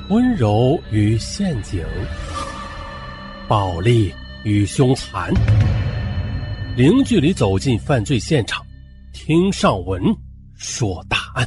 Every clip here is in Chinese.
温柔与陷阱，暴力与凶残，零距离走进犯罪现场，听上文说大案。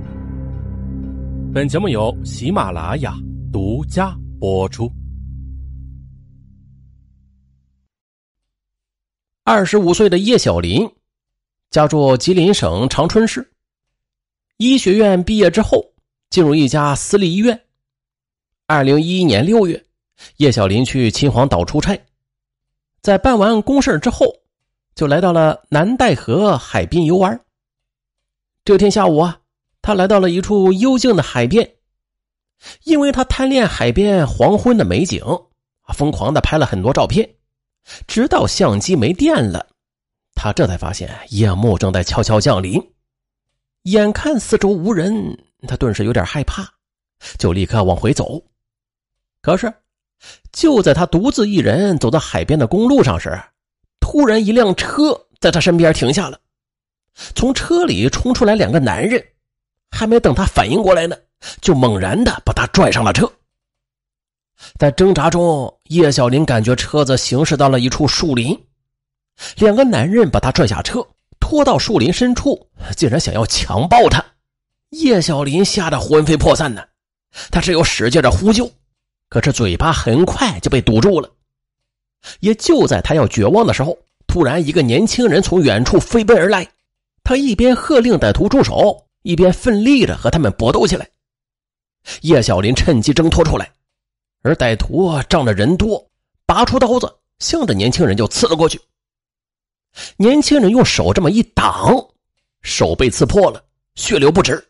本节目由喜马拉雅独家播出。25岁的叶小林，家住吉林省长春市。医学院毕业之后，进入一家私立医院。2011年6月，叶小林去秦皇岛出差，在办完公事之后，就来到了南戴河海滨游玩。这天下午他来到了一处幽静的海边，因为他贪恋海边黄昏的美景，疯狂地拍了很多照片，直到相机没电了，他这才发现夜幕正在悄悄降临。眼看四周无人，他顿时有点害怕，就立刻往回走。可是就在他独自一人走到海边的公路上时，突然一辆车在他身边停下了，从车里冲出来两个男人，还没等他反应过来呢，就猛然的把他拽上了车。在挣扎中，叶小林感觉车子行驶到了一处树林，两个男人把他拽下车，拖到树林深处，竟然想要强暴他。叶小林吓得魂飞魄散呢，他只有使劲的呼救，可是嘴巴很快就被堵住了。也就在他要绝望的时候，突然一个年轻人从远处飞奔而来，他一边喝令歹徒住手，一边奋力的和他们搏斗起来。叶小林趁机挣脱出来，而歹徒仗着人多，拔出刀子向着年轻人就刺了过去。年轻人用手这么一挡，手被刺破了，血流不止。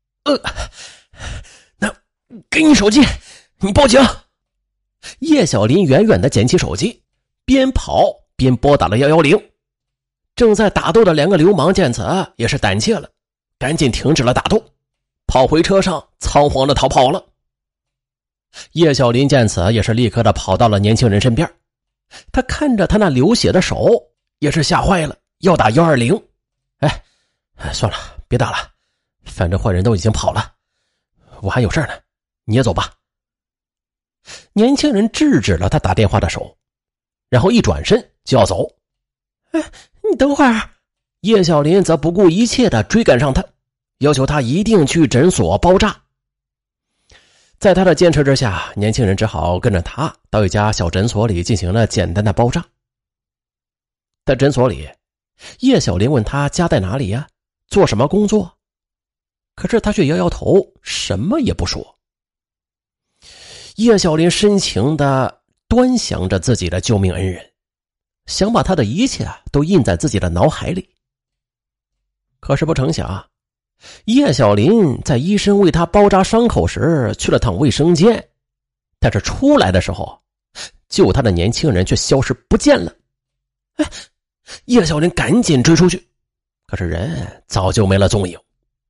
那给你手机，你报警。叶小林远远地捡起手机，边跑边拨打了110。正在打斗的两个流氓见此也是胆怯了，赶紧停止了打斗，跑回车上仓皇地逃跑了。叶小林见此也是立刻地跑到了年轻人身边，他看着他那流血的手也是吓坏了，要打120。算了，别打了，反正坏人都已经跑了，我还有事呢，你也走吧。年轻人制止了他打电话的手，然后一转身就要走。你等会儿。叶小林则不顾一切地追赶上他，要求他一定去诊所包扎。在他的坚持之下，年轻人只好跟着他到一家小诊所里进行了简单的包扎。在诊所里，叶小林问他家在哪里呀，做什么工作，可是他却摇摇头，什么也不说。叶小林深情地端详着自己的救命恩人，想把他的一切都印在自己的脑海里。可是不成想，叶小林在医生为他包扎伤口时去了趟卫生间，但是出来的时候，救他的年轻人却消失不见了。叶小林赶紧追出去，可是人早就没了踪影。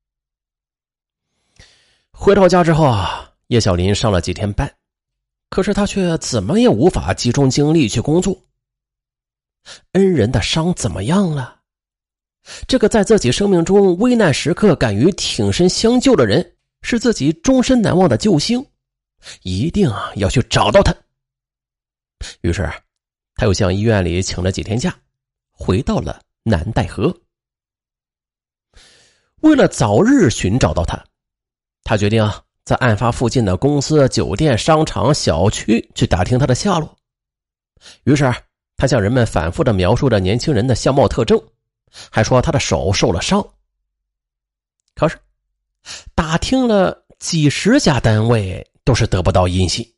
回到家之后叶小林上了几天班，可是他却怎么也无法集中精力去工作。恩人的伤怎么样了？这个在自己生命中危难时刻敢于挺身相救的人，是自己终身难忘的救星，一定要去找到他。于是他又向医院里请了几天假，回到了南戴河。为了早日寻找到他，他决定在案发附近的公司、酒店、商场、小区去打听他的下落。于是他向人们反复地描述着年轻人的相貌特征，还说他的手受了伤。可是打听了几十家单位都是得不到音信。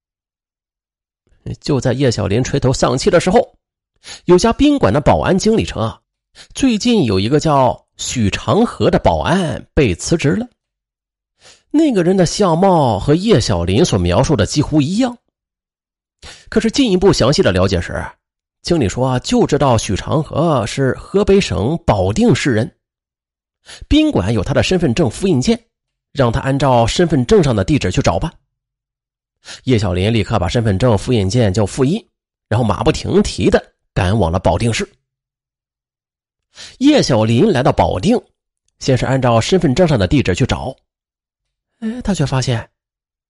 就在叶小林垂头丧气的时候，有家宾馆的保安经理称最近有一个叫许长河的保安被辞职了。那个人的相貌和叶小林所描述的几乎一样。可是进一步详细的了解时，经理说就知道许长河是河北省保定市人，宾馆有他的身份证复印件，让他按照身份证上的地址去找吧。叶小林立刻把身份证复印件就复印，然后马不停蹄地赶往了保定市。叶小林来到保定，先是按照身份证上的地址去找，他却发现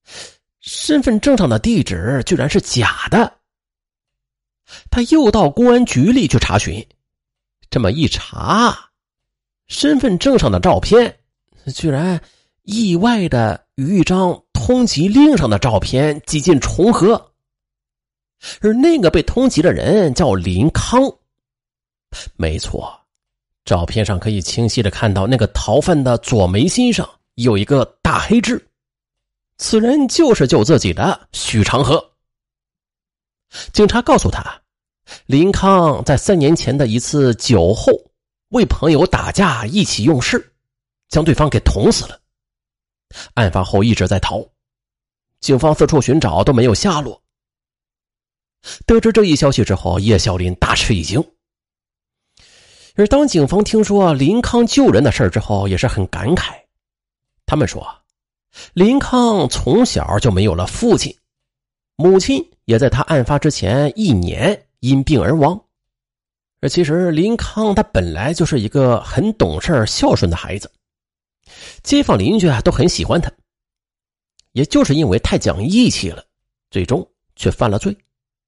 身份证上的地址居然是假的。他又到公安局里去查询，这么一查，身份证上的照片居然意外的与一张通缉令上的照片几近重合，而那个被通缉的人叫林康。没错，照片上可以清晰的看到那个逃犯的左眉心上有一个大黑痣，此人就是救自己的许长河。警察告诉他，林康在3年前的一次酒后为朋友打架意气用事，将对方给捅死了。案发后一直在逃，警方四处寻找都没有下落。得知这一消息之后，叶小林大吃一惊。而当警方听说林康救人的事之后，也是很感慨。他们说，林康从小就没有了父亲，母亲也在他案发之前1年因病而亡。而其实林康他本来就是一个很懂事孝顺的孩子，街坊邻居都很喜欢他，也就是因为太讲义气了，最终却犯了罪。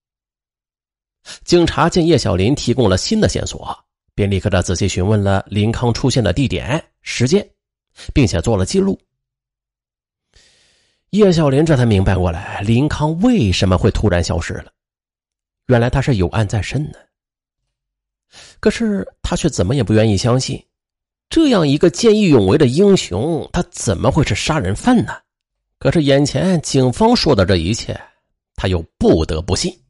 警察见叶小林提供了新的线索，便立刻的仔细询问了林康出现的地点、时间，并且做了记录。叶小林这才明白过来，林康为什么会突然消失了，原来他是有案在身的。可是他却怎么也不愿意相信，这样一个见义勇为的英雄，他怎么会是杀人犯呢？可是眼前警方说的这一切，他又不得不信。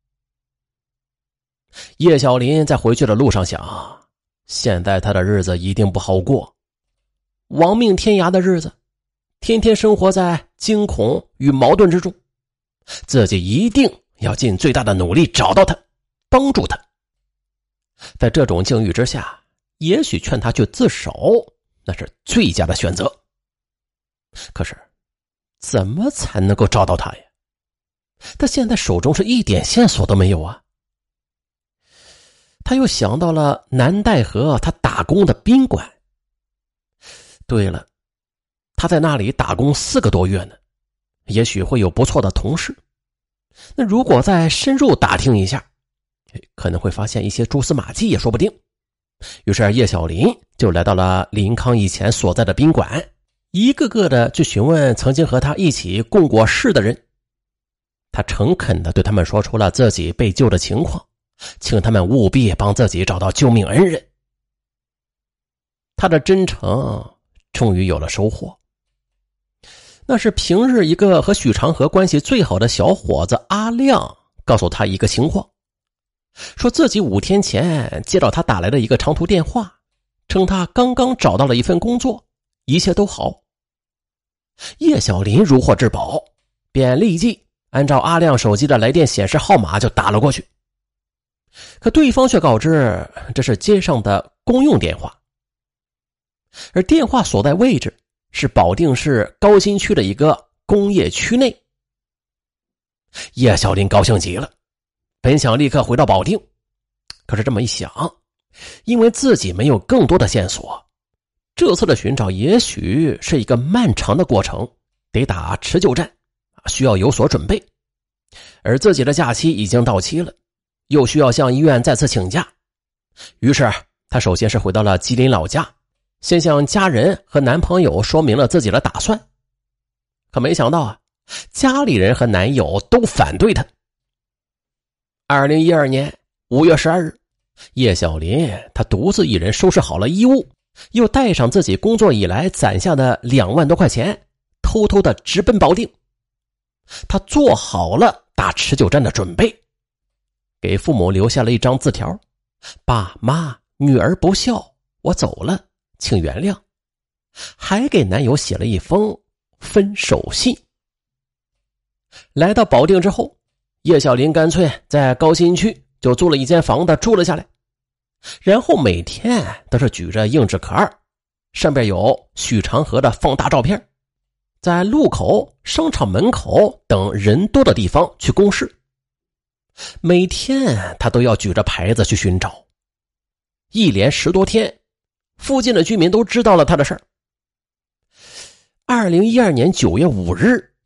叶小林在回去的路上想，现在他的日子一定不好过，亡命天涯的日子，天天生活在惊恐与矛盾之中，自己一定要尽最大的努力找到他，帮助他。在这种境遇之下，也许劝他去自首，那是最佳的选择。可是怎么才能够找到他呀？他现在手中是一点线索都没有啊。他又想到了南戴河他打工的宾馆。对了，他在那里打工4个多月呢，也许会有不错的同事。那如果再深入打听一下，可能会发现一些蛛丝马迹也说不定。于是叶小林就来到了林康以前所在的宾馆，一个个的去询问曾经和他一起共过事的人。他诚恳地对他们说出了自己被救的情况，请他们务必帮自己找到救命恩人。他的真诚终于有了收获。那是平日一个和许长河关系最好的小伙子阿亮告诉他一个情况，说自己5天前接到他打来的一个长途电话，称他刚刚找到了一份工作，一切都好。叶小林如获至宝，便立即按照阿亮手机的来电显示号码就打了过去。可对方却告知这是街上的公用电话，而电话所在位置是保定市高新区的一个工业区内。叶小林高兴极了，本想立刻回到保定，可是这么一想，因为自己没有更多的线索，这次的寻找也许是一个漫长的过程，得打持久战，需要有所准备。而自己的假期已经到期了，又需要向医院再次请假。于是他首先是回到了吉林老家，先向家人和男朋友说明了自己的打算。可没想到家里人和男友都反对他。2012年5月12日，叶小林他独自一人收拾好了衣物，又带上自己工作以来攒下的2万多块钱，偷偷的直奔保定。他做好了打持久战的准备，给父母留下了一张字条：爸妈，女儿不孝，我走了，请原谅。还给男友写了一封分手信。来到保定之后，叶小林干脆在高新区就租了一间房子住了下来，然后每天都是举着硬纸壳，上边有许长河的放大照片，在路口、商场门口等人多的地方去公示。每天他都要举着牌子去寻找，一连10多天，附近的居民都知道了他的事儿。2012年9月5日，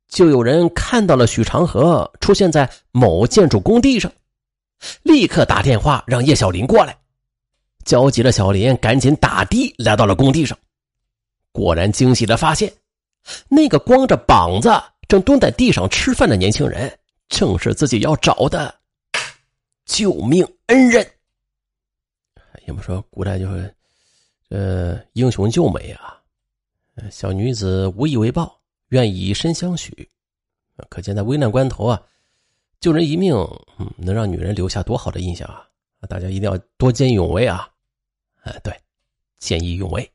就有人看到了许长河出现在某建筑工地上，立刻打电话让叶小林过来。焦急的小林赶紧打的来到了工地上，果然惊喜的发现，那个光着膀子正蹲在地上吃饭的年轻人，正是自己要找的救命恩人。也不说古代就是英雄救美啊，小女子无以为报，愿以身相许。可见在危难关头啊，救人一命，能让女人留下多好的印象啊！大家一定要多见义勇为啊！对，见义勇为。